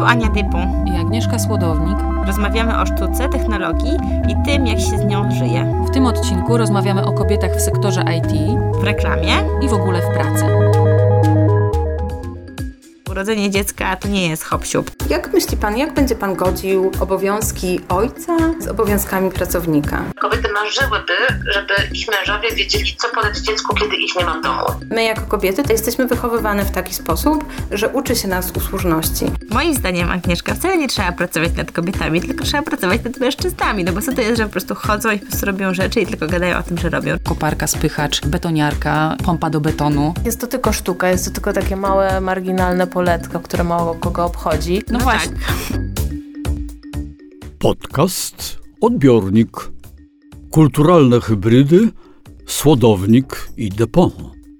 Ania Dypun i Agnieszka Słodownik. Rozmawiamy o sztuce, technologii i tym, jak się z nią żyje. W tym odcinku rozmawiamy o kobietach w sektorze IT, w reklamie i w ogóle w pracy. Urodzenie dziecka to nie jest hop-siup. Jak myśli Pan, jak będzie Pan godził obowiązki ojca z obowiązkami pracownika? Kobiety marzyłyby, żeby ich mężowie wiedzieli, co podać dziecku, kiedy ich nie ma w domu. My jako kobiety to jesteśmy wychowywane w taki sposób, że uczy się nas usłużności. Moim zdaniem, Agnieszka, wcale nie trzeba pracować nad kobietami, tylko trzeba pracować nad mężczyznami. No bo co to jest, że po prostu chodzą i po prostu robią rzeczy i tylko gadają o tym, że robią. Koparka, spychacz, betoniarka, pompa do betonu. Jest to tylko sztuka, jest to tylko takie małe, marginalne poletko, które mało kogo obchodzi. No właśnie. Tak. Podcast, odbiornik, kulturalne hybrydy, Słodownik i Dypun.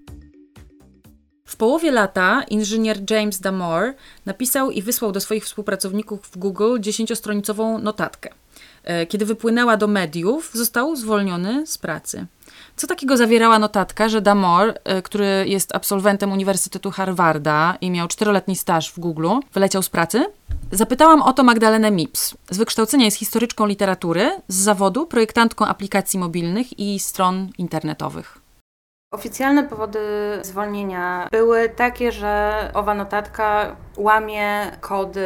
W połowie lata inżynier James Damore napisał i wysłał do swoich współpracowników w Google 10-stronicową notatkę. Kiedy wypłynęła do mediów, został zwolniony z pracy. Co takiego zawierała notatka, że Damore, który jest absolwentem Uniwersytetu Harvarda i miał 4-letni staż w Google, wyleciał z pracy? Zapytałam o to Magdalenę Mips. Z wykształcenia jest historyczką literatury, z zawodu projektantką aplikacji mobilnych i stron internetowych. Oficjalne powody zwolnienia były takie, że owa notatka łamie kody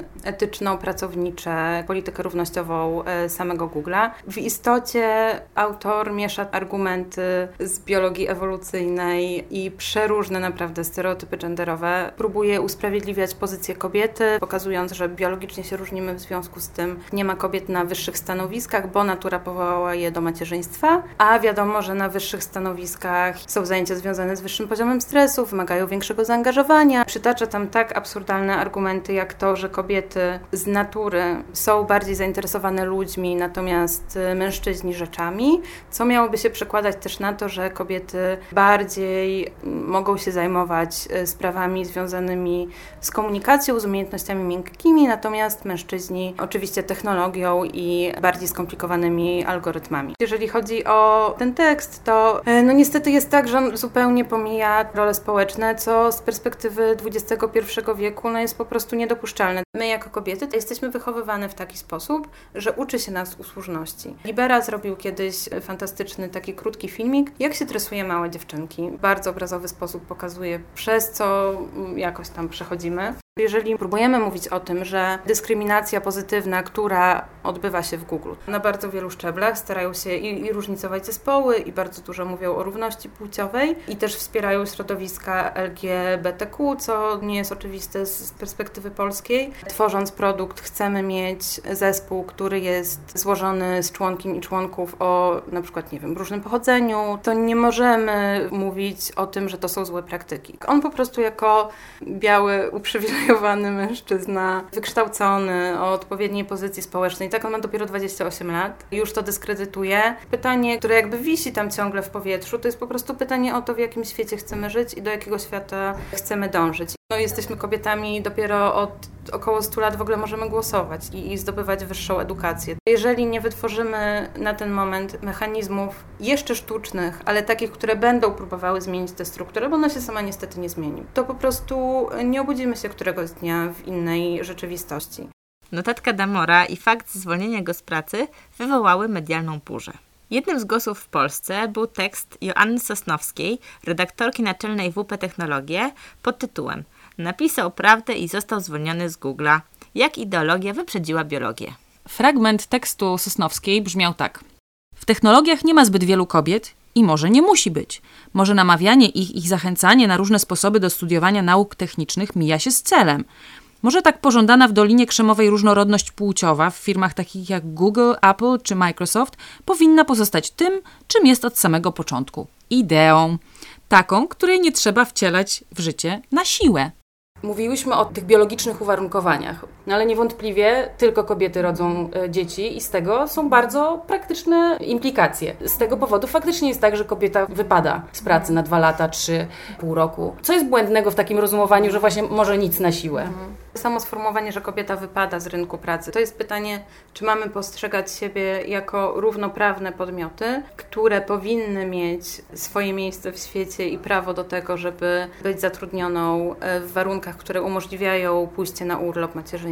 etyczno-pracownicze, politykę równościową samego Google'a. W istocie autor miesza argumenty z biologii ewolucyjnej i przeróżne naprawdę stereotypy genderowe. Próbuje usprawiedliwiać pozycję kobiety, pokazując, że biologicznie się różnimy, w związku z tym nie ma kobiet na wyższych stanowiskach, bo natura powołała je do macierzyństwa, a wiadomo, że na wyższych stanowiskach są zajęcia związane z wyższym poziomem stresu, wymagają większego zaangażowania. Przytacza tam tak absurdalne argumenty jak to, że kobiety z natury są bardziej zainteresowane ludźmi, natomiast mężczyźni rzeczami, co miałoby się przekładać też na to, że kobiety bardziej mogą się zajmować sprawami związanymi z komunikacją, z umiejętnościami miękkimi, natomiast mężczyźni oczywiście technologią i bardziej skomplikowanymi algorytmami. Jeżeli chodzi o ten tekst, to niestety jest tak, że on zupełnie pomija role społeczne, co z perspektywy XXI wieku jest po prostu niedopuszczalne. My jako kobiety jesteśmy wychowywane w taki sposób, że uczy się nas usłużności. Libera zrobił kiedyś fantastyczny taki krótki filmik, jak się tresuje małe dziewczynki. W bardzo obrazowy sposób pokazuje, przez co jakoś tam przechodzimy. Jeżeli próbujemy mówić o tym, że dyskryminacja pozytywna, która odbywa się w Google na bardzo wielu szczeblach, starają się i różnicować zespoły i bardzo dużo mówią o równości płciowej i też wspierają środowiska LGBTQ, co nie jest oczywiste z perspektywy polskiej. Tworząc produkt chcemy mieć zespół, który jest złożony z członkiń i członków o na przykład, różnym pochodzeniu. To nie możemy mówić o tym, że to są złe praktyki. On po prostu jako biały, uprzywilejowany mężczyzna, wykształcony, o odpowiedniej pozycji społecznej, tak on ma dopiero 28 lat, już to dyskredytuje. Pytanie, które jakby wisi tam ciągle w powietrzu, to jest po prostu pytanie o to, w jakim świecie chcemy żyć i do jakiego świata chcemy dążyć. Jesteśmy kobietami dopiero od około 100 lat w ogóle możemy głosować i zdobywać wyższą edukację. Jeżeli nie wytworzymy na ten moment mechanizmów jeszcze sztucznych, ale takich, które będą próbowały zmienić tę strukturę, bo ona się sama niestety nie zmieni, to po prostu nie obudzimy się któregoś dnia w innej rzeczywistości. Notatka Damora i fakt zwolnienia go z pracy wywołały medialną burzę. Jednym z głosów w Polsce był tekst Joanny Sosnowskiej, redaktorki naczelnej WP Technologie, pod tytułem „Napisał prawdę i został zwolniony z Google'a. Jak ideologia wyprzedziła biologię”. Fragment tekstu Sosnowskiej brzmiał tak. W technologiach nie ma zbyt wielu kobiet i może nie musi być. Może namawianie ich zachęcanie na różne sposoby do studiowania nauk technicznych mija się z celem. Może tak pożądana w Dolinie Krzemowej różnorodność płciowa w firmach takich jak Google, Apple czy Microsoft powinna pozostać tym, czym jest od samego początku. Ideą. Taką, której nie trzeba wcielać w życie na siłę. Mówiłyśmy o tych biologicznych uwarunkowaniach, ale niewątpliwie tylko kobiety rodzą dzieci i z tego są bardzo praktyczne implikacje. Z tego powodu faktycznie jest tak, że kobieta wypada z pracy na 2 lata, 3, pół roku. Co jest błędnego w takim rozumowaniu, że właśnie może nic na siłę? Samo sformułowanie, że kobieta wypada z rynku pracy, to jest pytanie, czy mamy postrzegać siebie jako równoprawne podmioty, które powinny mieć swoje miejsce w świecie i prawo do tego, żeby być zatrudnioną w warunkach, które umożliwiają pójście na urlop macierzyński.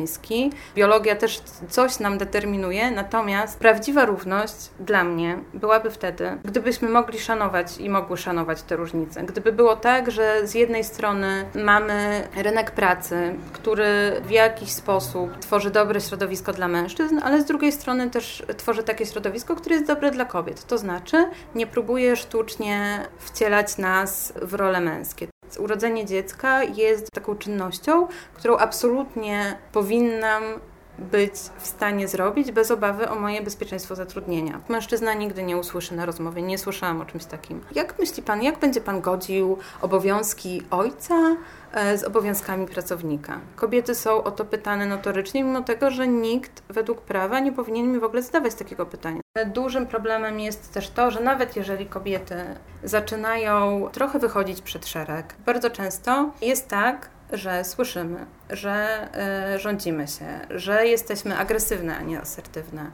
męski. Biologia też coś nam determinuje, natomiast prawdziwa równość dla mnie byłaby wtedy, gdybyśmy mogli szanować i mogły szanować te różnice. Gdyby było tak, że z jednej strony mamy rynek pracy, który w jakiś sposób tworzy dobre środowisko dla mężczyzn, ale z drugiej strony też tworzy takie środowisko, które jest dobre dla kobiet. To znaczy nie próbuje sztucznie wcielać nas w role męskie. Urodzenie dziecka jest taką czynnością, którą absolutnie powinnam być w stanie zrobić bez obawy o moje bezpieczeństwo zatrudnienia. Mężczyzna nigdy nie usłyszy na rozmowie, nie słyszałam o czymś takim. Jak myśli pan, jak będzie pan godził obowiązki ojca z obowiązkami pracownika? Kobiety są o to pytane notorycznie, mimo tego, że nikt według prawa nie powinien mi w ogóle zadawać takiego pytania. Dużym problemem jest też to, że nawet jeżeli kobiety zaczynają trochę wychodzić przed szereg, bardzo często jest tak, że słyszymy, że rządzimy się, że jesteśmy agresywne, a nie asertywne,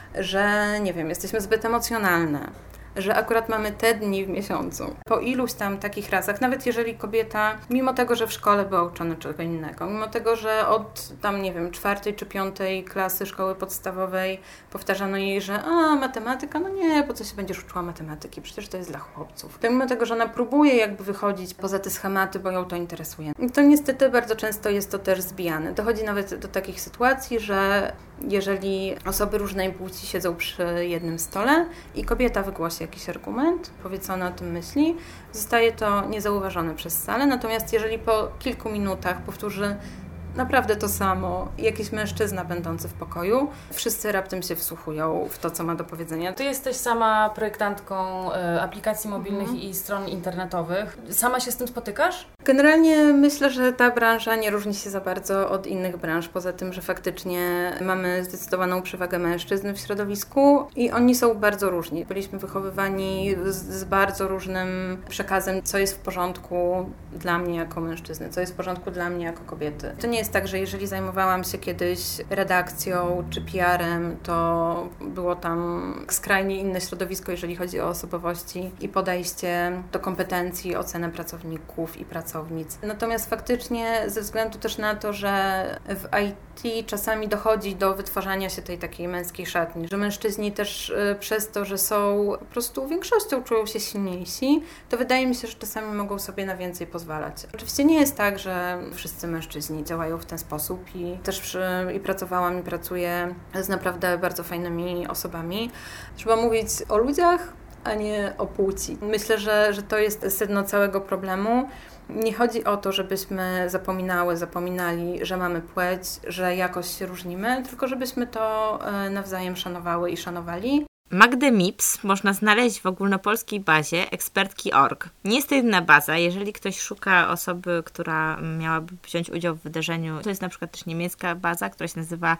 że, nie wiem, jesteśmy zbyt emocjonalne, że akurat mamy te dni w miesiącu. Po iluś tam takich razach, nawet jeżeli kobieta, mimo tego, że w szkole była uczona czego innego, mimo tego, że od tam, nie wiem, 4. czy 5. klasy szkoły podstawowej powtarzano jej, że matematyka, no nie, po co się będziesz uczyła matematyki, przecież to jest dla chłopców. To mimo tego, że ona próbuje jakby wychodzić poza te schematy, bo ją to interesuje. I to niestety bardzo często jest to też zbijane. Dochodzi nawet do takich sytuacji, że jeżeli osoby różnej płci siedzą przy jednym stole i kobieta wygłosi jakiś argument, powie, co ona o tym myśli, zostaje to niezauważone przez salę, natomiast jeżeli po kilku minutach powtórzy naprawdę to samo jakiś mężczyzna będący w pokoju, wszyscy raptem się wsłuchują w to, co ma do powiedzenia. Ty jesteś sama projektantką aplikacji mobilnych i stron internetowych. Sama się z tym spotykasz? Generalnie myślę, że ta branża nie różni się za bardzo od innych branż, poza tym, że faktycznie mamy zdecydowaną przewagę mężczyzn w środowisku i oni są bardzo różni. Byliśmy wychowywani z bardzo różnym przekazem, co jest w porządku dla mnie jako mężczyzny, co jest w porządku dla mnie jako kobiety. To nie jest tak, że jeżeli zajmowałam się kiedyś redakcją czy PR-em, to było tam skrajnie inne środowisko, jeżeli chodzi o osobowości i podejście do kompetencji, ocenę pracowników i pracownic. Natomiast faktycznie ze względu też na to, że w IT czasami dochodzi do wytwarzania się tej takiej męskiej szatni, że mężczyźni też przez to, że są po prostu większością czują się silniejsi, to wydaje mi się, że czasami mogą sobie na więcej pozwalać. Oczywiście nie jest tak, że wszyscy mężczyźni działają w ten sposób i też pracowałam i pracuję z naprawdę bardzo fajnymi osobami. Trzeba mówić o ludziach, a nie o płci. Myślę, że to jest sedno całego problemu. Nie chodzi o to, żebyśmy zapominali, że mamy płeć, że jakoś się różnimy, tylko żebyśmy to nawzajem szanowały i szanowali. Magdę Mips można znaleźć w ogólnopolskiej bazie ekspertki.org. Nie jest to jedyna baza. Jeżeli ktoś szuka osoby, która miałaby wziąć udział w wydarzeniu, to jest na przykład też niemiecka baza, która się nazywa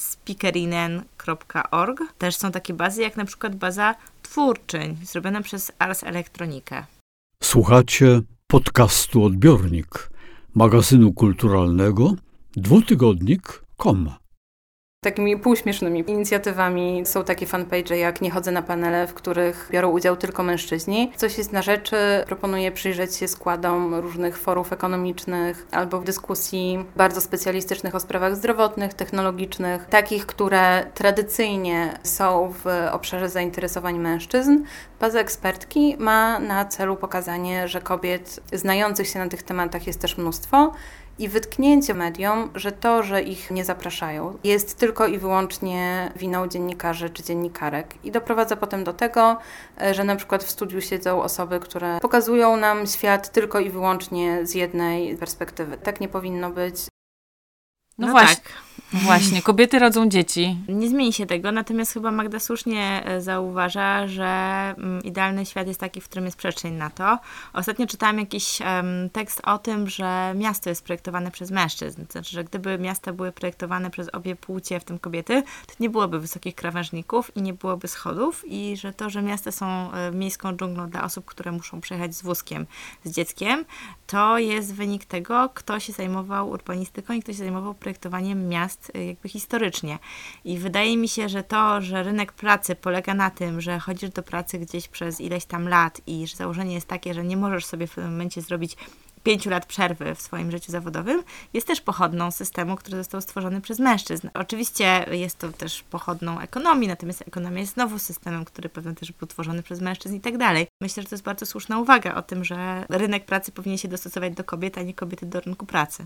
speakerinnen.org. Też są takie bazy, jak na przykład baza Twórczyń, zrobiona przez Ars Electronica. Słuchacie podcastu Odbiornik, magazynu kulturalnego dwutygodnik.com. Takimi półśmiesznymi inicjatywami są takie fanpage jak Nie chodzę na panele, w których biorą udział tylko mężczyźni. Coś jest na rzeczy, proponuję przyjrzeć się składom różnych forów ekonomicznych albo w dyskusji bardzo specjalistycznych o sprawach zdrowotnych, technologicznych, takich, które tradycyjnie są w obszarze zainteresowań mężczyzn. Baza ekspertki ma na celu pokazanie, że kobiet znających się na tych tematach jest też mnóstwo, i wytknięcie mediom, że to, że ich nie zapraszają, jest tylko i wyłącznie winą dziennikarzy czy dziennikarek. I doprowadza potem do tego, że na przykład w studiu siedzą osoby, które pokazują nam świat tylko i wyłącznie z jednej perspektywy. Tak nie powinno być. No właśnie. Tak. Właśnie, kobiety rodzą dzieci. Nie zmieni się tego, natomiast chyba Magda słusznie zauważa, że idealny świat jest taki, w którym jest przestrzeń na to. Ostatnio czytałam jakiś tekst o tym, że miasto jest projektowane przez mężczyzn. To znaczy, że gdyby miasta były projektowane przez obie płcie, w tym kobiety, to nie byłoby wysokich krawężników i nie byłoby schodów i że to, że miasta są miejską dżunglą dla osób, które muszą przejechać z wózkiem, z dzieckiem, to jest wynik tego, kto się zajmował urbanistyką i kto się zajmował projektowaniem miast jakby historycznie. I wydaje mi się, że to, że rynek pracy polega na tym, że chodzisz do pracy gdzieś przez ileś tam lat i że założenie jest takie, że nie możesz sobie w tym momencie zrobić 5 lat przerwy w swoim życiu zawodowym, jest też pochodną systemu, który został stworzony przez mężczyzn. Oczywiście jest to też pochodną ekonomii, natomiast ekonomia jest znowu systemem, który pewnie też był tworzony przez mężczyzn i tak dalej. Myślę, że to jest bardzo słuszna uwaga o tym, że rynek pracy powinien się dostosować do kobiet, a nie kobiety do rynku pracy.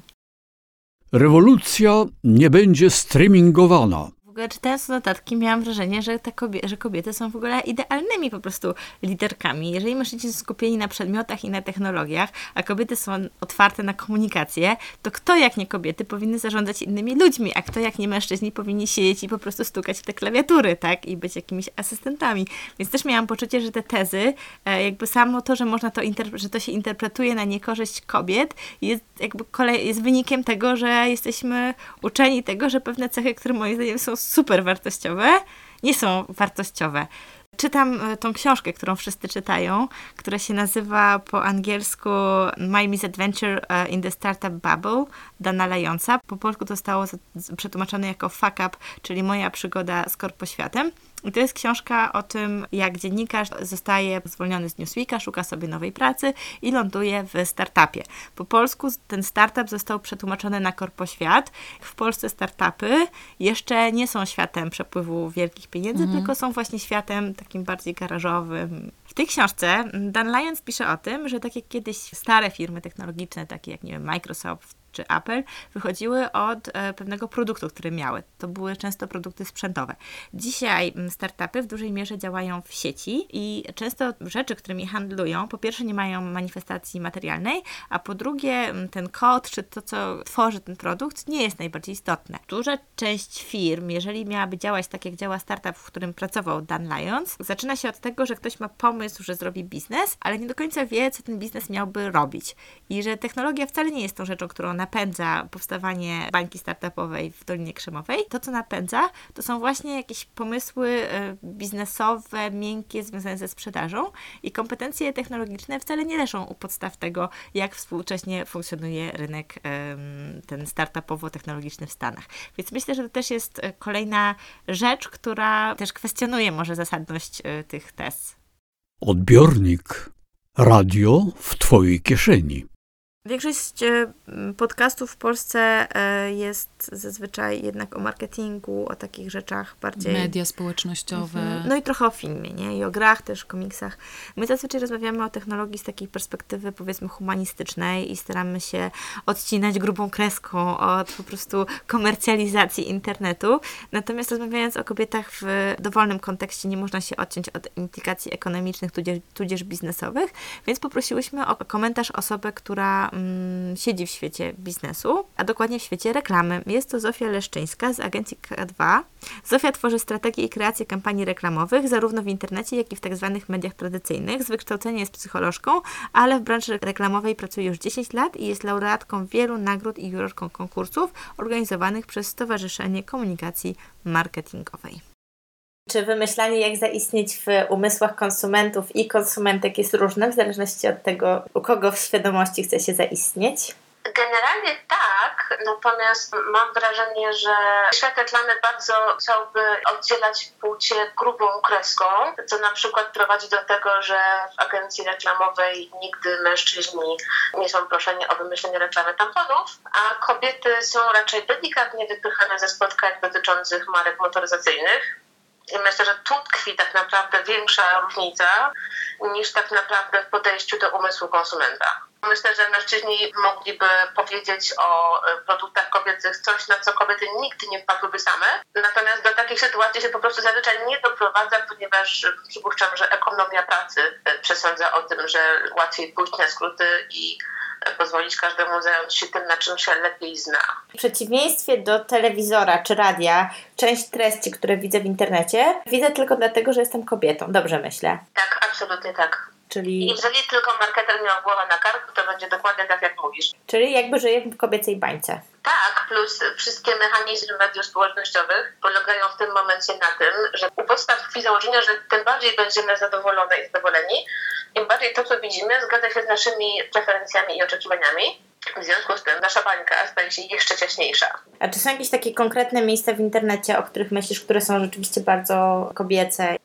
Rewolucja nie będzie streamingowana. W ogóle czytając notatki miałam wrażenie, że że kobiety są w ogóle idealnymi po prostu liderkami. Jeżeli mężczyźni są skupieni na przedmiotach i na technologiach, a kobiety są otwarte na komunikację, to kto jak nie kobiety powinny zarządzać innymi ludźmi, a kto jak nie mężczyźni powinni siedzieć i po prostu stukać w te klawiatury, tak? I być jakimiś asystentami. Więc też miałam poczucie, że te tezy, jakby samo to, że można to że to się interpretuje na niekorzyść kobiet, jest jakby jest wynikiem tego, że jesteśmy uczeni tego, że pewne cechy, które moim zdaniem są super wartościowe, nie są wartościowe. Czytam tą książkę, którą wszyscy czytają, która się nazywa po angielsku My Misadventure in the Startup Bubble, Dana Lajonsa. Po polsku to zostało przetłumaczone jako Fuck Up, czyli moja przygoda z korpoświatem. I to jest książka o tym, jak dziennikarz zostaje zwolniony z Newsweeka, szuka sobie nowej pracy i ląduje w startupie. Po polsku ten startup został przetłumaczony na korpoświat. W Polsce startupy jeszcze nie są światem przepływu wielkich pieniędzy, tylko są właśnie światem takim bardziej garażowym. W tej książce Dan Lyons pisze o tym, że tak jak kiedyś stare firmy technologiczne, takie jak, nie wiem, Microsoft czy Apple, wychodziły od pewnego produktu, który miały. To były często produkty sprzętowe. Dzisiaj startupy w dużej mierze działają w sieci i często rzeczy, którymi handlują, po pierwsze nie mają manifestacji materialnej, a po drugie ten kod, czy to, co tworzy ten produkt, nie jest najbardziej istotne. Duża część firm, jeżeli miałaby działać tak, jak działa startup, w którym pracował Dan Lyons, zaczyna się od tego, że ktoś ma pomysł, że zrobi biznes, ale nie do końca wie, co ten biznes miałby robić. I że technologia wcale nie jest tą rzeczą, którą napędza powstawanie bańki startupowej w Dolinie Krzemowej. To, co napędza, to są właśnie jakieś pomysły biznesowe, miękkie, związane ze sprzedażą i kompetencje technologiczne wcale nie leżą u podstaw tego, jak współcześnie funkcjonuje rynek ten startupowo-technologiczny w Stanach. Więc myślę, że to też jest kolejna rzecz, która też kwestionuje może zasadność tych tez. Odbiornik. Radio w Twojej kieszeni. Większość podcastów w Polsce jest zazwyczaj jednak o marketingu, o takich rzeczach bardziej... Media społecznościowe. No i trochę o filmie, nie? I o grach też, komiksach. My zazwyczaj rozmawiamy o technologii z takiej perspektywy, powiedzmy, humanistycznej i staramy się odcinać grubą kreską od po prostu komercjalizacji internetu. Natomiast rozmawiając o kobietach w dowolnym kontekście nie można się odciąć od implikacji ekonomicznych, tudzież biznesowych, więc poprosiłyśmy o komentarz osobę, która siedzi w świecie biznesu, a dokładnie w świecie reklamy. Jest to Zofia Leszczyńska z agencji K2. Zofia tworzy strategię i kreację kampanii reklamowych, zarówno w internecie, jak i w tak zwanych mediach tradycyjnych. Z wykształcenia jest psycholożką, ale w branży reklamowej pracuje już 10 lat i jest laureatką wielu nagród i jurorką konkursów organizowanych przez Stowarzyszenie Komunikacji Marketingowej. Czy wymyślanie, jak zaistnieć w umysłach konsumentów i konsumentek jest różne w zależności od tego, u kogo w świadomości chce się zaistnieć? Generalnie tak, natomiast mam wrażenie, że świat reklamy bardzo chciałby oddzielać płcie grubą kreską, co na przykład prowadzi do tego, że w agencji reklamowej nigdy mężczyźni nie są proszeni o wymyślenie reklamy tamponów, a kobiety są raczej delikatnie wypychane ze spotkań dotyczących marek motoryzacyjnych. I myślę, że tu tkwi tak naprawdę większa różnica niż tak naprawdę w podejściu do umysłu konsumenta. Myślę, że mężczyźni mogliby powiedzieć o produktach kobiecych coś, na co kobiety nigdy nie wpadłyby same. Natomiast do takich sytuacji się po prostu zazwyczaj nie doprowadza, ponieważ przypuszczam, że ekonomia pracy przesądza o tym, że łatwiej pójść na skróty i pozwolić każdemu zająć się tym, na czym się lepiej zna. W przeciwieństwie do telewizora czy radia, część treści, które widzę w internecie, widzę tylko dlatego, że jestem kobietą. Dobrze myślę? Tak, absolutnie tak. Czyli... Jeżeli tylko marketer miał głowę na karku, to będzie dokładnie tak, jak mówisz. Czyli jakby żyję w kobiecej bańce. Tak, plus wszystkie mechanizmy mediów społecznościowych polegają w tym momencie na tym, że u podstaw tkwi założenia, że tym bardziej będziemy zadowolone i zadowoleni, im bardziej to, co widzimy, zgadza się z naszymi preferencjami i oczekiwaniami. W związku z tym nasza bańka staje się jeszcze ciaśniejsza. A czy są jakieś takie konkretne miejsca w internecie, o których myślisz, które są rzeczywiście bardzo kobiece?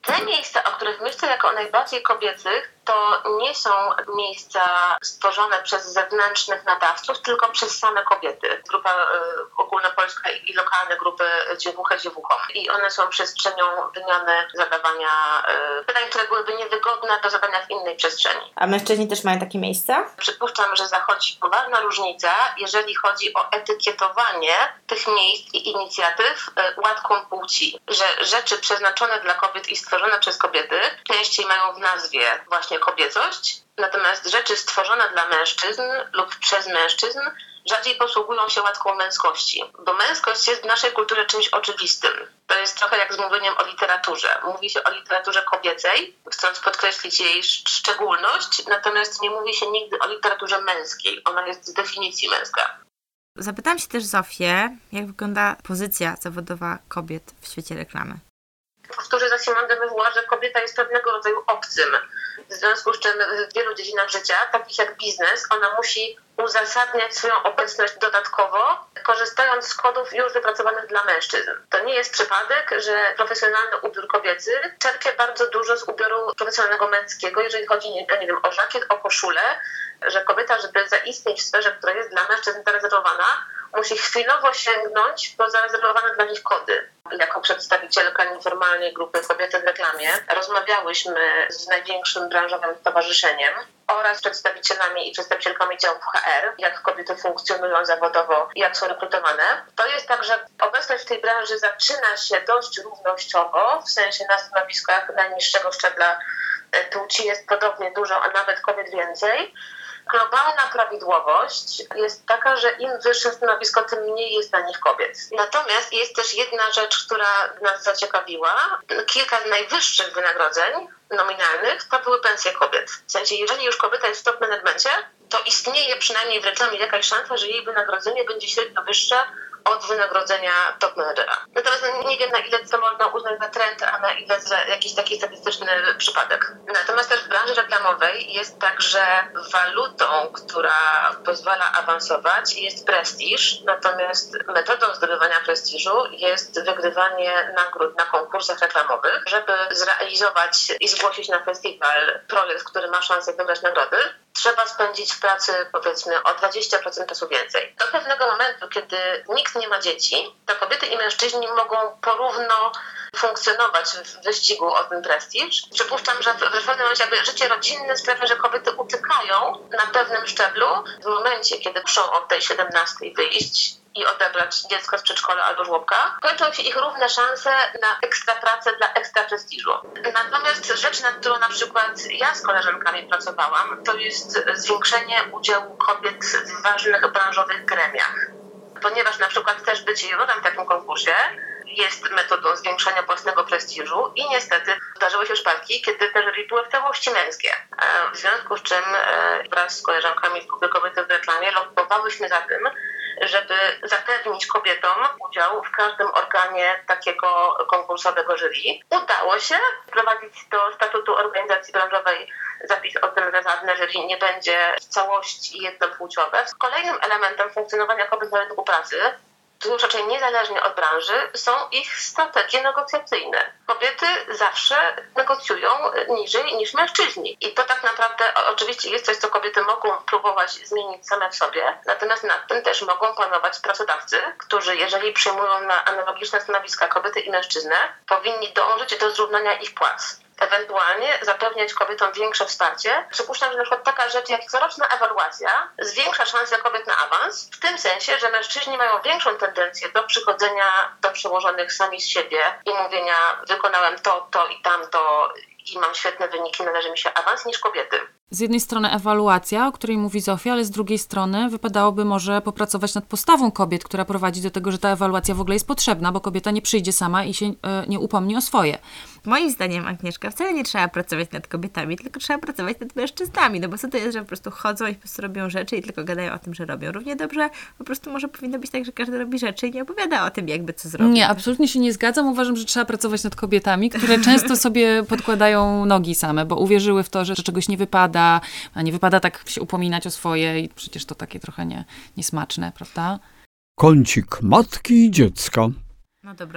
Te miejsca, o których myślę jako najbardziej kobiecych, to nie są miejsca stworzone przez zewnętrznych nadawców, tylko przez same kobiety. Grupa ogólnopolska i lokalne grupy dziewucha. I one są przestrzenią wymiany, zadawania pytań, które byłyby niewygodne do zadania w innej przestrzeni. A mężczyźni też mają takie miejsca? Przypuszczam, że zachodzi poważna różnica, jeżeli chodzi o etykietowanie tych miejsc i inicjatyw łatką płci. Że rzeczy przeznaczone dla kobiet i stworzone przez kobiety częściej mają w nazwie właśnie kobiecość, natomiast rzeczy stworzone dla mężczyzn lub przez mężczyzn rzadziej posługują się łatką męskości, bo męskość jest w naszej kulturze czymś oczywistym. To jest trochę jak z mówieniem o literaturze. Mówi się o literaturze kobiecej, chcąc podkreślić jej szczególność, natomiast nie mówi się nigdy o literaturze męskiej. Ona jest z definicji męska. Zapytam się też Zofię, jak wygląda pozycja zawodowa kobiet w świecie reklamy. Powtórzę za Simone de Beauvoir, że kobieta jest pewnego rodzaju obcym. W związku z czym w wielu dziedzinach życia, takich jak biznes, ona musi uzasadniać swoją obecność dodatkowo, korzystając z kodów już wypracowanych dla mężczyzn. To nie jest przypadek, że profesjonalny ubiór kobiecy czerpie bardzo dużo z ubioru profesjonalnego męskiego, jeżeli chodzi o żakiet, o koszulę, że kobieta, żeby zaistnieć w sferze, która jest dla mężczyzn zarezerwowana, musi chwilowo sięgnąć po zarezerwowane dla nich kody. Jako przedstawicielka nieformalnej grupy Kobiety w reklamie rozmawiałyśmy z największym branżowym stowarzyszeniem oraz przedstawicielami i przedstawicielkami działów HR, jak kobiety funkcjonują zawodowo i jak są rekrutowane. To jest tak, że obecność w tej branży zaczyna się dość równościowo, w sensie na stanowiskach najniższego szczebla płci jest podobnie dużo, a nawet kobiet więcej. Globalna prawidłowość jest taka, że im wyższe stanowisko, tym mniej jest na nich kobiet. Natomiast jest też jedna rzecz, która nas zaciekawiła. Kilka najwyższych wynagrodzeń nominalnych to były pensje kobiet. W sensie, jeżeli już kobieta jest w top managemencie, to istnieje przynajmniej w reklamie jakaś szansa, że jej wynagrodzenie będzie średnio wyższe od wynagrodzenia top managera. Natomiast nie wiem, na ile to można uznać za trend, a na ile za jakiś taki statystyczny przypadek. Natomiast też w branży reklamowej jest tak, że walutą, która pozwala awansować, jest prestiż, natomiast metodą zdobywania prestiżu jest wygrywanie nagród na konkursach reklamowych. Żeby zrealizować i zgłosić na festiwal projekt, który ma szansę wygrać nagrody, trzeba spędzić w pracy, powiedzmy, o 20% czasu więcej. Do pewnego momentu, kiedy nikt nie ma dzieci, to kobiety i mężczyźni mogą porówno funkcjonować w wyścigu o ten prestiż. Przypuszczam, że w pewnym momencie jakby życie rodzinne sprawia, że kobiety utykają na pewnym szczeblu. W momencie, kiedy muszą od tej 17 wyjść i odebrać dziecko z przedszkola albo żłobka, kończą się ich równe szanse na ekstra pracę dla ekstra prestiżu. Natomiast rzecz, nad którą na przykład ja z koleżankami pracowałam, to jest zwiększenie udziału kobiet w ważnych branżowych gremiach. Ponieważ na przykład też bycie jurorem w takim konkursie jest metodą zwiększania własnego prestiżu i niestety zdarzyły się przypadki, kiedy te jury były w całości męskie. W związku z czym wraz z koleżankami z grupy Kobiety w reklamie lobbowałyśmy za tym, żeby zapewnić kobietom udział w każdym organie takiego konkursowego jury. Udało się wprowadzić do statutu organizacji branżowej zapis o tym, że żadne jury nie będzie w całości jednopłciowe. Kolejnym elementem funkcjonowania kobiet na rynku pracy, już raczej niezależnie od branży, są ich strategie negocjacyjne. Kobiety zawsze negocjują niżej niż mężczyźni. I to tak naprawdę oczywiście jest coś, co kobiety mogą próbować zmienić same w sobie, natomiast nad tym też mogą panować pracodawcy, którzy jeżeli przyjmują na analogiczne stanowiska kobiety i mężczyznę, powinni dążyć do zrównania ich płac. Ewentualnie zapewniać kobietom większe wsparcie. Przypuszczam, że na przykład taka rzecz jak coroczna ewaluacja zwiększa szanse kobiet na awans, w tym sensie, że mężczyźni mają większą tendencję do przychodzenia do przełożonych sami z siebie i mówienia: wykonałem to i tamto i mam świetne wyniki, należy mi się awans, niż kobiety. Z jednej strony ewaluacja, o której mówi Zofia, ale z drugiej strony wypadałoby może popracować nad postawą kobiet, która prowadzi do tego, że ta ewaluacja w ogóle jest potrzebna, bo kobieta nie przyjdzie sama i się nie upomni o swoje. Moim zdaniem, Agnieszka, wcale nie trzeba pracować nad kobietami, tylko trzeba pracować nad mężczyznami, no bo co to jest, że po prostu chodzą i po prostu robią rzeczy i tylko gadają o tym, że robią. Równie dobrze po prostu może powinno być tak, że każdy robi rzeczy i nie opowiada o tym, jakby co zrobił. Nie, absolutnie się nie zgadzam. Uważam, że trzeba pracować nad kobietami, które często sobie podkładają nogi same, bo uwierzyły w to, że czegoś nie wypada, a nie wypada tak się upominać o swoje i przecież to takie trochę niesmaczne, prawda? Kącik matki i dziecka. No dobra,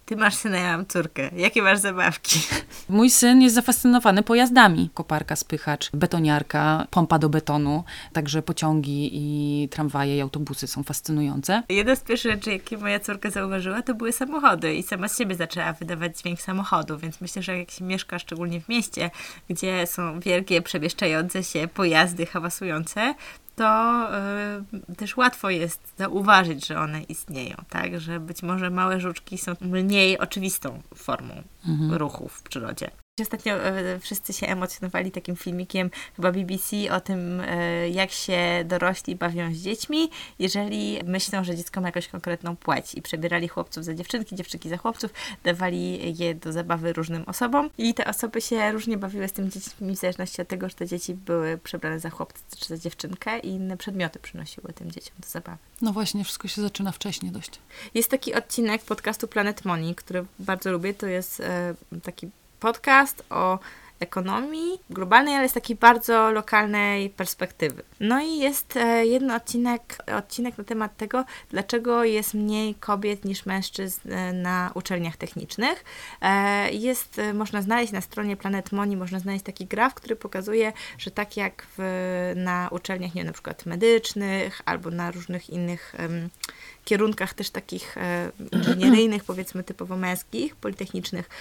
Ty masz syna, ja mam córkę. Jakie masz zabawki? Mój syn jest zafascynowany pojazdami. Koparka, spychacz, betoniarka, pompa do betonu. Także pociągi i tramwaje i autobusy są fascynujące. Jedna z pierwszych rzeczy, jakie moja córka zauważyła, to były samochody i sama z siebie zaczęła wydawać dźwięk samochodu, więc myślę, że jak się mieszka szczególnie w mieście, gdzie są wielkie, przemieszczające się pojazdy hałasujące, to też łatwo jest zauważyć, że one istnieją, tak? Że być może małe żuczki są mniej oczywistą formą ruchu w przyrodzie. Ostatnio wszyscy się emocjonowali takim filmikiem chyba BBC o tym, jak się dorośli bawią z dziećmi, jeżeli myślą, że dziecko ma jakąś konkretną płeć i przebierali chłopców za dziewczynki, dziewczynki za chłopców, dawali je do zabawy różnym osobom i te osoby się różnie bawiły z tymi dziećmi w zależności od tego, że te dzieci były przebrane za chłopca czy za dziewczynkę i inne przedmioty przynosiły tym dzieciom do zabawy. No właśnie, wszystko się zaczyna wcześnie dość. Jest taki odcinek podcastu Planet Money, który bardzo lubię, to jest taki podcast o ekonomii globalnej, ale z takiej bardzo lokalnej perspektywy. No i jest jeden odcinek na temat tego, dlaczego jest mniej kobiet niż mężczyzn na uczelniach technicznych. Można znaleźć na stronie Planet Money, można znaleźć taki graf, który pokazuje, że tak jak na uczelniach, nie wiem, na przykład medycznych albo na różnych innych kierunkach też takich inżynieryjnych, powiedzmy typowo męskich, politechnicznych,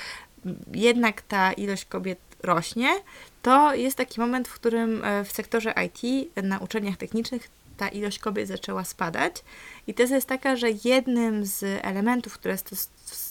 jednak ta ilość kobiet rośnie, to jest taki moment, w którym w sektorze IT na uczelniach technicznych ta ilość kobiet zaczęła spadać. I teza jest taka, że jednym z elementów, które to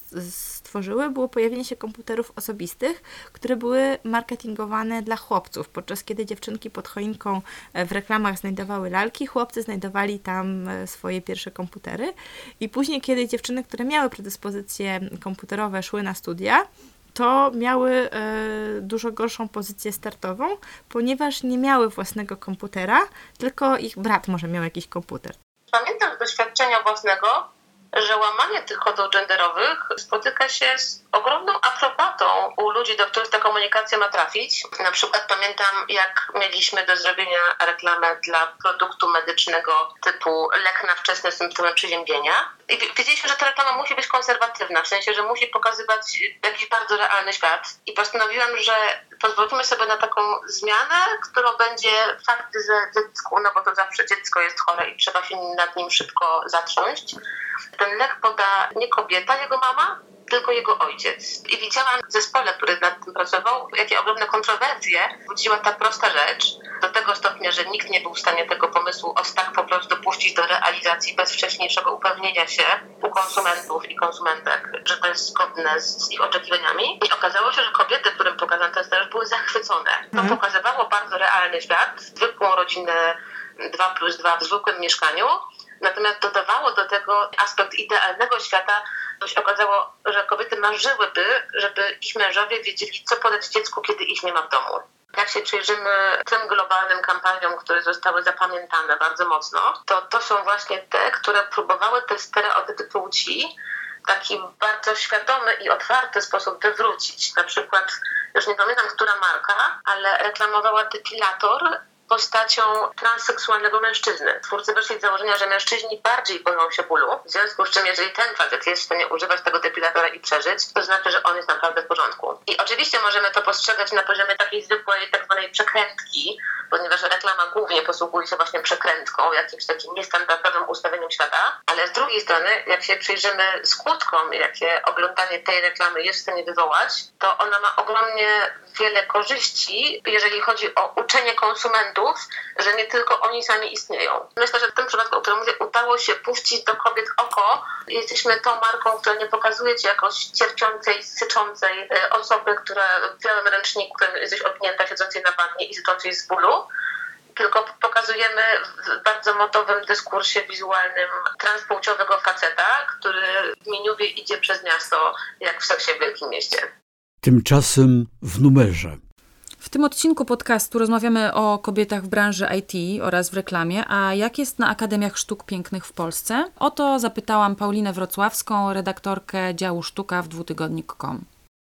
stworzyły, było pojawienie się komputerów osobistych, które były marketingowane dla chłopców. Podczas kiedy dziewczynki pod choinką w reklamach znajdowały lalki, chłopcy znajdowali tam swoje pierwsze komputery. I później, kiedy dziewczyny, które miały predyspozycje komputerowe, szły na studia, to miały dużo gorszą pozycję startową, ponieważ nie miały własnego komputera, tylko ich brat może miał jakiś komputer. Pamiętam z doświadczenia własnego, że łamanie tych kodów genderowych spotyka się z ogromną aprobatą u ludzi, do których ta komunikacja ma trafić. Na przykład pamiętam, jak mieliśmy do zrobienia reklamę dla produktu medycznego typu lek na wczesne symptomy przeziębienia. I wiedzieliśmy, że ta reklama musi być konserwatywna, w sensie, że musi pokazywać jakiś bardzo realny świat. I postanowiłam, że pozwolimy sobie na taką zmianę, którą będzie fakt, że dziecku, no bo to zawsze dziecko jest chore i trzeba się nad nim szybko zatrząść. Ten lek poda nie kobieta, jego mama, tylko jego ojciec. I widziałam w zespole, który nad tym pracował, jakie ogromne kontrowersje budziła ta prosta rzecz, do tego stopnia, że nikt nie był w stanie tego pomysłu tak po prostu dopuścić do realizacji bez wcześniejszego upewnienia się u konsumentów i konsumentek, że to jest zgodne z ich oczekiwaniami. I okazało się, że kobiety, którym pokazano ten scenariusz, były zachwycone. To pokazywało bardzo realny świat, zwykłą rodzinę 2+2 w zwykłym mieszkaniu, natomiast dodawało do tego aspekt idealnego świata. To się okazało, że kobiety marzyłyby, żeby ich mężowie wiedzieli, co podać dziecku, kiedy ich nie ma w domu. Jak się przyjrzymy tym globalnym kampaniom, które zostały zapamiętane bardzo mocno, to są właśnie te, które próbowały te stereotypy płci w taki bardzo świadomy i otwarty sposób wywrócić. Na przykład, już nie pamiętam, która marka, ale reklamowała depilator postacią transseksualnego mężczyzny. Twórcy wyszli z założenia, że mężczyźni bardziej boją się bólu, w związku z czym jeżeli ten facet jest w stanie używać tego depilatora i przeżyć, to znaczy, że on jest naprawdę w porządku. I oczywiście możemy to postrzegać na poziomie takiej zwykłej tak zwanej przekrętki, ponieważ reklama głównie posługuje się właśnie przekrętką, jakimś takim niestandardowym ustawieniem świata, ale z drugiej strony, jak się przyjrzymy skutkom, jakie oglądanie tej reklamy jest w stanie wywołać, to ona ma ogromnie wiele korzyści, jeżeli chodzi o uczenie konsumentów, że nie tylko oni sami istnieją. Myślę, że w tym przypadku, o którym mówię, udało się puścić do kobiet oko. Jesteśmy tą marką, która nie pokazuje ci jakoś cierpiącej, syczącej osoby, która w białym ręczniku jesteś odnięta, siedzącej na wannie i syczącej z bólu, tylko pokazujemy w bardzo modowym dyskursie wizualnym transpłciowego faceta, który w miniubie idzie przez miasto, jak w seksie w wielkim mieście. Tymczasem w numerze. W tym odcinku podcastu rozmawiamy o kobietach w branży IT oraz w reklamie, a jak jest na Akademiach Sztuk Pięknych w Polsce? O to zapytałam Paulinę Wrocławską, redaktorkę działu Sztuka w dwutygodnik.com.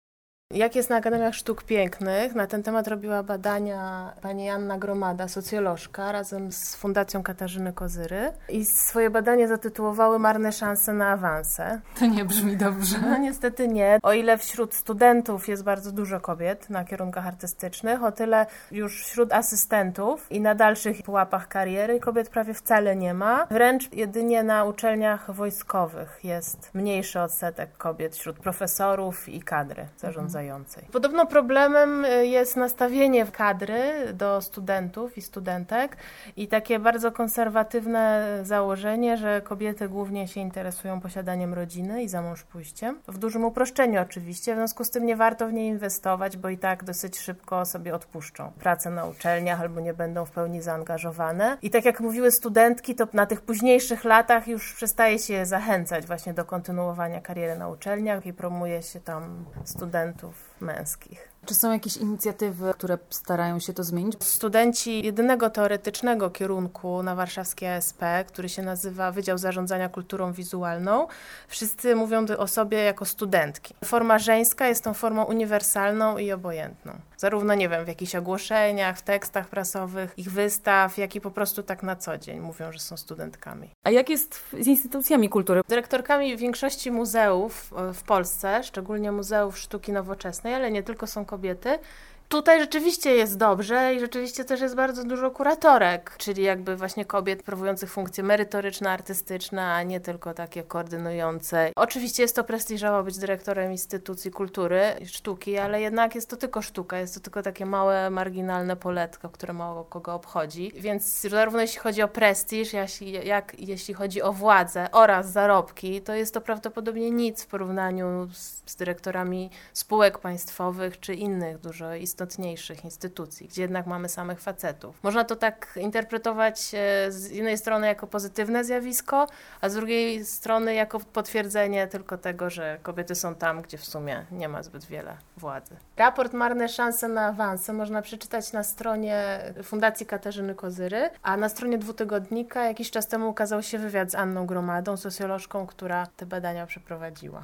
Jak jest na Akademiach Sztuk Pięknych, na ten temat robiła badania pani Anna Gromada, socjolożka, razem z Fundacją Katarzyny Kozyry i swoje badanie zatytułowały Marne szanse na awanse. To nie brzmi dobrze. No niestety nie. O ile wśród studentów jest bardzo dużo kobiet na kierunkach artystycznych, o tyle już wśród asystentów i na dalszych pułapach kariery kobiet prawie wcale nie ma. Wręcz jedynie na uczelniach wojskowych jest mniejszy odsetek kobiet wśród profesorów i kadry zarządzającej. Podobno problemem jest nastawienie kadry do studentów i studentek i takie bardzo konserwatywne założenie, że kobiety głównie się interesują posiadaniem rodziny i zamążpójściem. W dużym uproszczeniu oczywiście, w związku z tym nie warto w nie inwestować, bo i tak dosyć szybko sobie odpuszczą pracę na uczelniach albo nie będą w pełni zaangażowane. I tak jak mówiły studentki, to na tych późniejszych latach już przestaje się zachęcać właśnie do kontynuowania kariery na uczelniach i promuje się tam studentów męskich. Czy są jakieś inicjatywy, które starają się to zmienić? Studenci jedynego teoretycznego kierunku na warszawskiej ASP, który się nazywa Wydział Zarządzania Kulturą Wizualną, wszyscy mówią o sobie jako studentki. Forma żeńska jest tą formą uniwersalną i obojętną. Zarówno, nie wiem, w jakichś ogłoszeniach, w tekstach prasowych, ich wystaw, jak i po prostu tak na co dzień mówią, że są studentkami. A jak jest z instytucjami kultury? Dyrektorkami większości muzeów w Polsce, szczególnie muzeów sztuki nowoczesnej, ale nie tylko, są kobiety. Tutaj rzeczywiście jest dobrze i rzeczywiście też jest bardzo dużo kuratorek, czyli jakby właśnie kobiet sprawujących funkcje merytoryczne, artystyczne, a nie tylko takie koordynujące. Oczywiście jest to prestiżowo być dyrektorem instytucji kultury i sztuki, ale jednak jest to tylko sztuka, jest to tylko takie małe, marginalne poletko, które mało kogo obchodzi. Więc zarówno jeśli chodzi o prestiż, jak jeśli chodzi o władzę oraz zarobki, to jest to prawdopodobnie nic w porównaniu z dyrektorami spółek państwowych czy innych dużo istotniejszych instytucji, gdzie jednak mamy samych facetów. Można to tak interpretować z jednej strony jako pozytywne zjawisko, a z drugiej strony jako potwierdzenie tylko tego, że kobiety są tam, gdzie w sumie nie ma zbyt wiele władzy. Raport Marne szanse na awanse można przeczytać na stronie Fundacji Katarzyny Kozyry, a na stronie Dwutygodnika jakiś czas temu ukazał się wywiad z Anną Gromadą, socjolożką, która te badania przeprowadziła.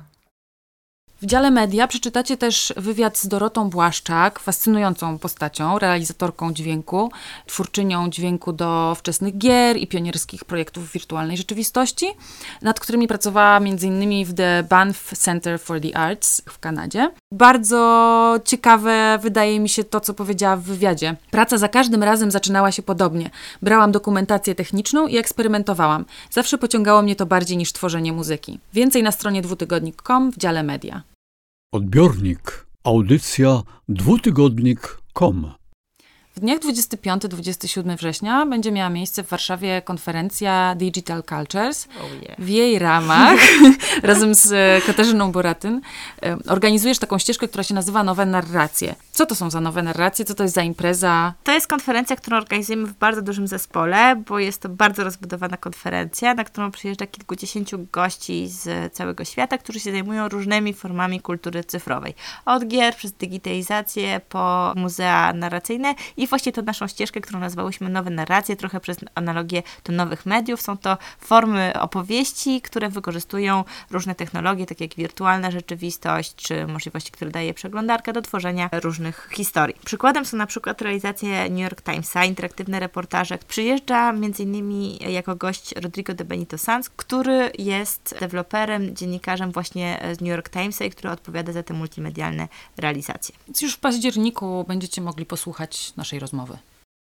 W dziale media przeczytacie też wywiad z Dorotą Błaszczak, fascynującą postacią, realizatorką dźwięku, twórczynią dźwięku do wczesnych gier i pionierskich projektów wirtualnej rzeczywistości, nad którymi pracowała m.in. w The Banff Center for the Arts w Kanadzie. Bardzo ciekawe wydaje mi się to, co powiedziała w wywiadzie. Praca za każdym razem zaczynała się podobnie. Brałam dokumentację techniczną i eksperymentowałam. Zawsze pociągało mnie to bardziej niż tworzenie muzyki. Więcej na stronie dwutygodnik.com w dziale media. Odbiornik. Audycja dwutygodnik.com. W dniach 25-27 września będzie miała miejsce w Warszawie konferencja Digital Cultures. W jej ramach, razem z Katarzyną Boratyn, organizujesz taką ścieżkę, która się nazywa Nowe Narracje. Co to są za nowe narracje? Co to jest za impreza? To jest konferencja, którą organizujemy w bardzo dużym zespole, bo jest to bardzo rozbudowana konferencja, na którą przyjeżdża kilkudziesięciu gości z całego świata, którzy się zajmują różnymi formami kultury cyfrowej. Od gier, przez digitalizację, po muzea narracyjne i właśnie tę naszą ścieżkę, którą nazwałyśmy Nowe Narracje, trochę przez analogię do nowych mediów. Są to formy opowieści, które wykorzystują różne technologie, takie jak wirtualna rzeczywistość, czy możliwości, które daje przeglądarka do tworzenia różnych historii. Przykładem są na przykład realizacje New York Timesa, interaktywne reportaże. Przyjeżdża m.in. jako gość Rodrigo de Benito Sanz, który jest deweloperem, dziennikarzem właśnie z New York Timesa i który odpowiada za te multimedialne realizacje. Więc już w październiku będziecie mogli posłuchać naszej rozmowy.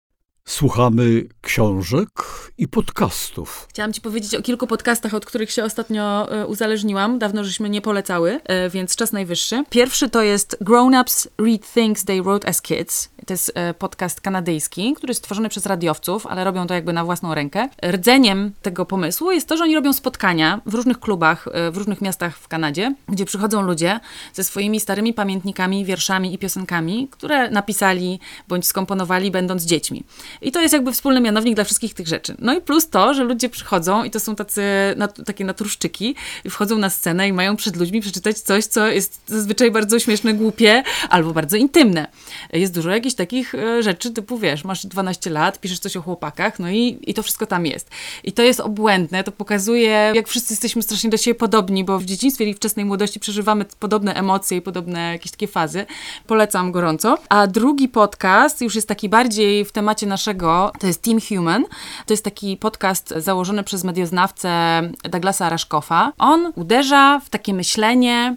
Słuchamy książek i podcastów. Chciałam Ci powiedzieć o kilku podcastach, od których się ostatnio uzależniłam. Dawno żeśmy nie polecały, więc czas najwyższy. Pierwszy to jest Grown Ups Read Things They Wrote as Kids. To jest podcast kanadyjski, który jest stworzony przez radiowców, ale robią to jakby na własną rękę. Rdzeniem tego pomysłu jest to, że oni robią spotkania w różnych klubach, w różnych miastach w Kanadzie, gdzie przychodzą ludzie ze swoimi starymi pamiętnikami, wierszami i piosenkami, które napisali bądź skomponowali będąc dziećmi. I to jest jakby wspólny mianownik dla wszystkich tych rzeczy. No i plus to, że ludzie przychodzą i to są takie naturszczyki i wchodzą na scenę i mają przed ludźmi przeczytać coś, co jest zazwyczaj bardzo śmieszne, głupie albo bardzo intymne. Jest dużo jakichś takich rzeczy typu, wiesz, masz 12 lat, piszesz coś o chłopakach, no i to wszystko tam jest. I to jest obłędne, to pokazuje, jak wszyscy jesteśmy strasznie do siebie podobni, bo w dzieciństwie i wczesnej młodości przeżywamy podobne emocje i podobne jakieś takie fazy. Polecam gorąco. A drugi podcast już jest taki bardziej w temacie naszego, to jest Team Human. To jest taki podcast założony przez medioznawcę Douglasa Rushkoffa. On uderza w takie myślenie,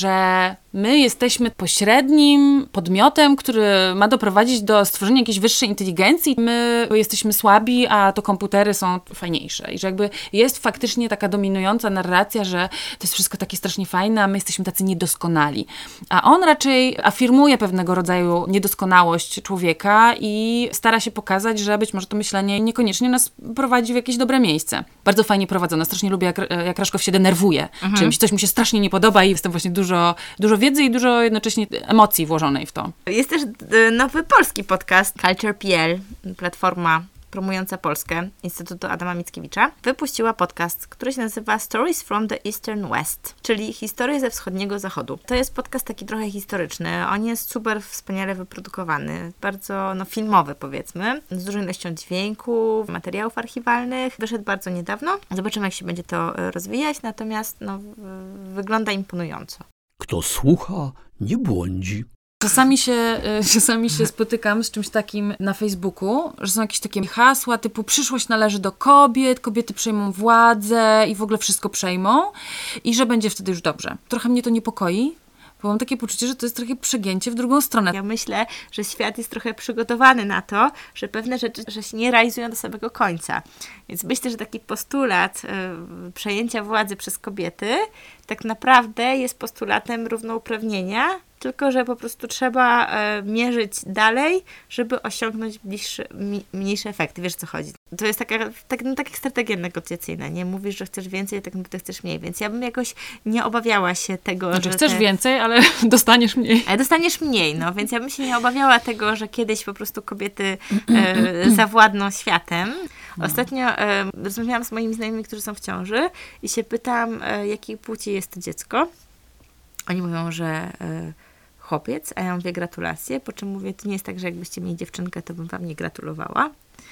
że my jesteśmy pośrednim podmiotem, który ma doprowadzić do stworzenia jakiejś wyższej inteligencji. My jesteśmy słabi, a to komputery są fajniejsze. I że jakby jest faktycznie taka dominująca narracja, że to jest wszystko takie strasznie fajne, a my jesteśmy tacy niedoskonali. A on raczej afirmuje pewnego rodzaju niedoskonałość człowieka i stara się pokazać, że być może to myślenie niekoniecznie nas prowadzi w jakieś dobre miejsce. Bardzo fajnie prowadzone. Strasznie lubię, jak Rushkoff się denerwuje czymś. Coś mu się strasznie nie podoba i jest tam właśnie dużo wiedzy i dużo jednocześnie emocji włożonej w to. Jest też nowy polski podcast Culture.pl, platforma promująca Polskę Instytutu Adama Mickiewicza, wypuściła podcast, który się nazywa Stories from the Eastern West, czyli historie ze wschodniego zachodu. To jest podcast taki trochę historyczny, on jest super wspaniale wyprodukowany, bardzo filmowy powiedzmy, z dużą ilością dźwięku, materiałów archiwalnych. Wyszedł bardzo niedawno. Zobaczymy, jak się będzie to rozwijać, natomiast wygląda imponująco. Kto słucha, nie błądzi. Czasami się spotykam z czymś takim na Facebooku, że są jakieś takie hasła typu przyszłość należy do kobiet, kobiety przejmą władzę i w ogóle wszystko przejmą i że będzie wtedy już dobrze. Trochę mnie to niepokoi, bo mam takie poczucie, że to jest trochę przegięcie w drugą stronę. Ja myślę, że świat jest trochę przygotowany na to, że pewne rzeczy że się nie realizują do samego końca. Więc myślę, że taki postulat przejęcia władzy przez kobiety tak naprawdę jest postulatem równouprawnienia, tylko że po prostu trzeba mierzyć dalej, żeby osiągnąć mniejsze efekty. Wiesz, o co chodzi? To jest taka strategia negocjacyjna, nie? Mówisz, że chcesz więcej, tak naprawdę chcesz mniej. Więc ja bym jakoś nie obawiała się tego, że chcesz więcej, ale dostaniesz mniej. Ale dostaniesz mniej, więc ja bym się nie obawiała tego, że kiedyś po prostu kobiety zawładną światem. Ostatnio rozmawiałam z moimi znajomymi, którzy są w ciąży i się pytam, jakiej płci jest to dziecko. Oni mówią, że chłopiec, a ja mówię gratulacje, po czym mówię, to nie jest tak, że jakbyście mieli dziewczynkę, to bym wam nie gratulowała.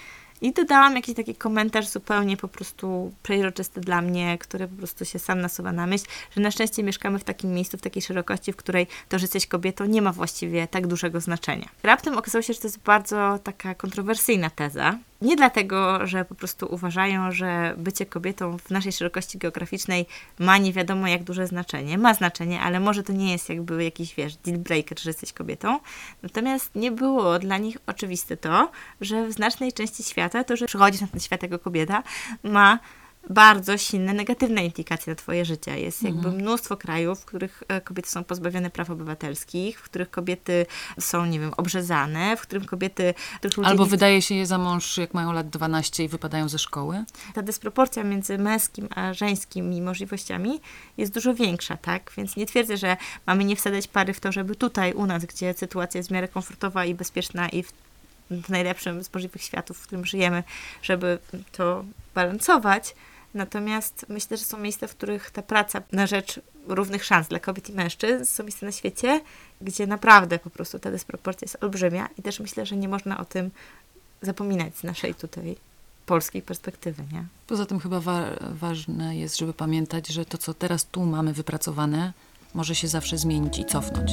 I dodałam jakiś taki komentarz zupełnie po prostu przejrzysty dla mnie, który po prostu się sam nasuwa na myśl, że na szczęście mieszkamy w takim miejscu, w takiej szerokości, w której to, że jesteś kobietą, nie ma właściwie tak dużego znaczenia. Raptem okazało się, że to jest bardzo taka kontrowersyjna teza. Nie dlatego, że po prostu uważają, że bycie kobietą w naszej szerokości geograficznej ma nie wiadomo jak duże znaczenie. Ma znaczenie, ale może to nie jest jakby jakiś, deal breaker, że jesteś kobietą. Natomiast nie było dla nich oczywiste to, że w znacznej części świata to, że przychodzisz na ten świat jako kobieta, ma bardzo silne negatywne implikacje na twoje życie. Jest jakby mnóstwo krajów, w których kobiety są pozbawione praw obywatelskich, w których kobiety są, obrzezane, w którym kobiety... Albo wydaje się je za mąż, jak mają lat 12 i wypadają ze szkoły. Ta dysproporcja między męskim a żeńskimi możliwościami jest dużo większa, tak? Więc nie twierdzę, że mamy nie wsadzać pary w to, żeby tutaj u nas, gdzie sytuacja jest w miarę komfortowa i bezpieczna i w najlepszym z możliwych światów, w którym żyjemy, żeby to balansować. Natomiast myślę, że są miejsca, w których ta praca na rzecz równych szans dla kobiet i mężczyzn są miejsca na świecie, gdzie naprawdę po prostu ta dysproporcja jest olbrzymia i też myślę, że nie można o tym zapominać z naszej tutaj polskiej perspektywy, nie? Poza tym chyba ważne jest, żeby pamiętać, że to, co teraz tu mamy wypracowane, może się zawsze zmienić i cofnąć.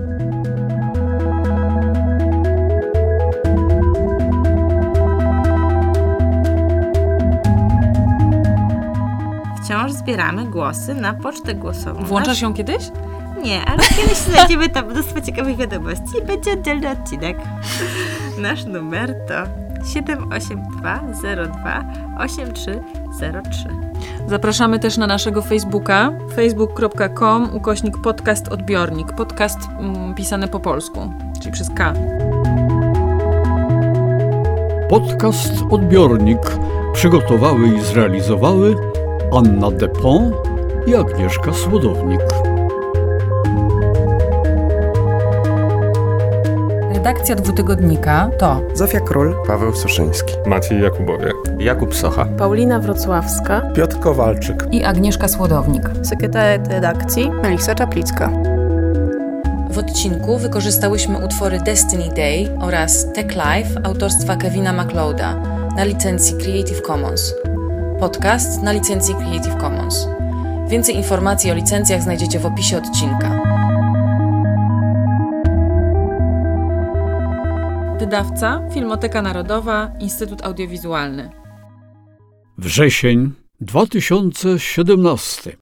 Wciąż zbieramy głosy na pocztę głosową. Włączasz ją kiedyś? Nie, ale kiedyś znajdziemy tam mnóstwo ciekawych wiadomości i będzie oddzielny odcinek. Nasz numer to 782028303. Zapraszamy też na naszego Facebooka facebook.com/podcast-odbiornik. Podcast pisany po polsku, czyli przez K. Podcast Odbiornik przygotowały i zrealizowały Anna Depont i Agnieszka Słodownik. Redakcja Dwutygodnika to Zofia Król, Paweł Suszyński, Maciej Jakubowie, Jakub Socha, Paulina Wrocławska, Piotr Kowalczyk i Agnieszka Słodownik. sekretariat redakcji Melisa Czaplicka. W odcinku wykorzystałyśmy utwory Destiny Day oraz Tech Life autorstwa Kevina MacLeoda na licencji Creative Commons. Podcast na licencji Creative Commons. Więcej informacji o licencjach znajdziecie w opisie odcinka. Wydawca Filmoteka Narodowa, Instytut Audiowizualny. Wrzesień 2017.